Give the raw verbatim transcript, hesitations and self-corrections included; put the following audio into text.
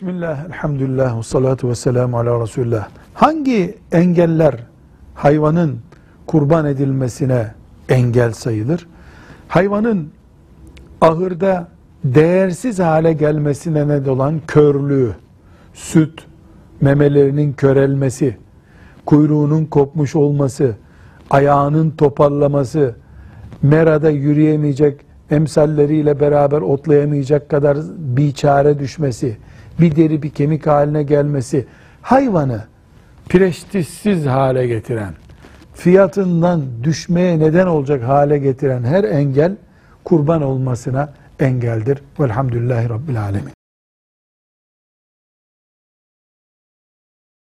Bismillah, elhamdülillah, ve salatu ve selamu ala Resulullah. Hangi engeller hayvanın kurban edilmesine engel sayılır? Hayvanın ahırda değersiz hale gelmesine neden olan körlüğü, süt, memelerinin körelmesi, kuyruğunun kopmuş olması, ayağının toparlaması, merada yürüyemeyecek, emsalleriyle beraber otlayamayacak kadar biçare düşmesi, bir deri bir kemik haline gelmesi, hayvanı prestijsiz hale getiren, fiyatından düşmeye neden olacak hale getiren her engel kurban olmasına engeldir. Velhamdülillahi Rabbil Alemin.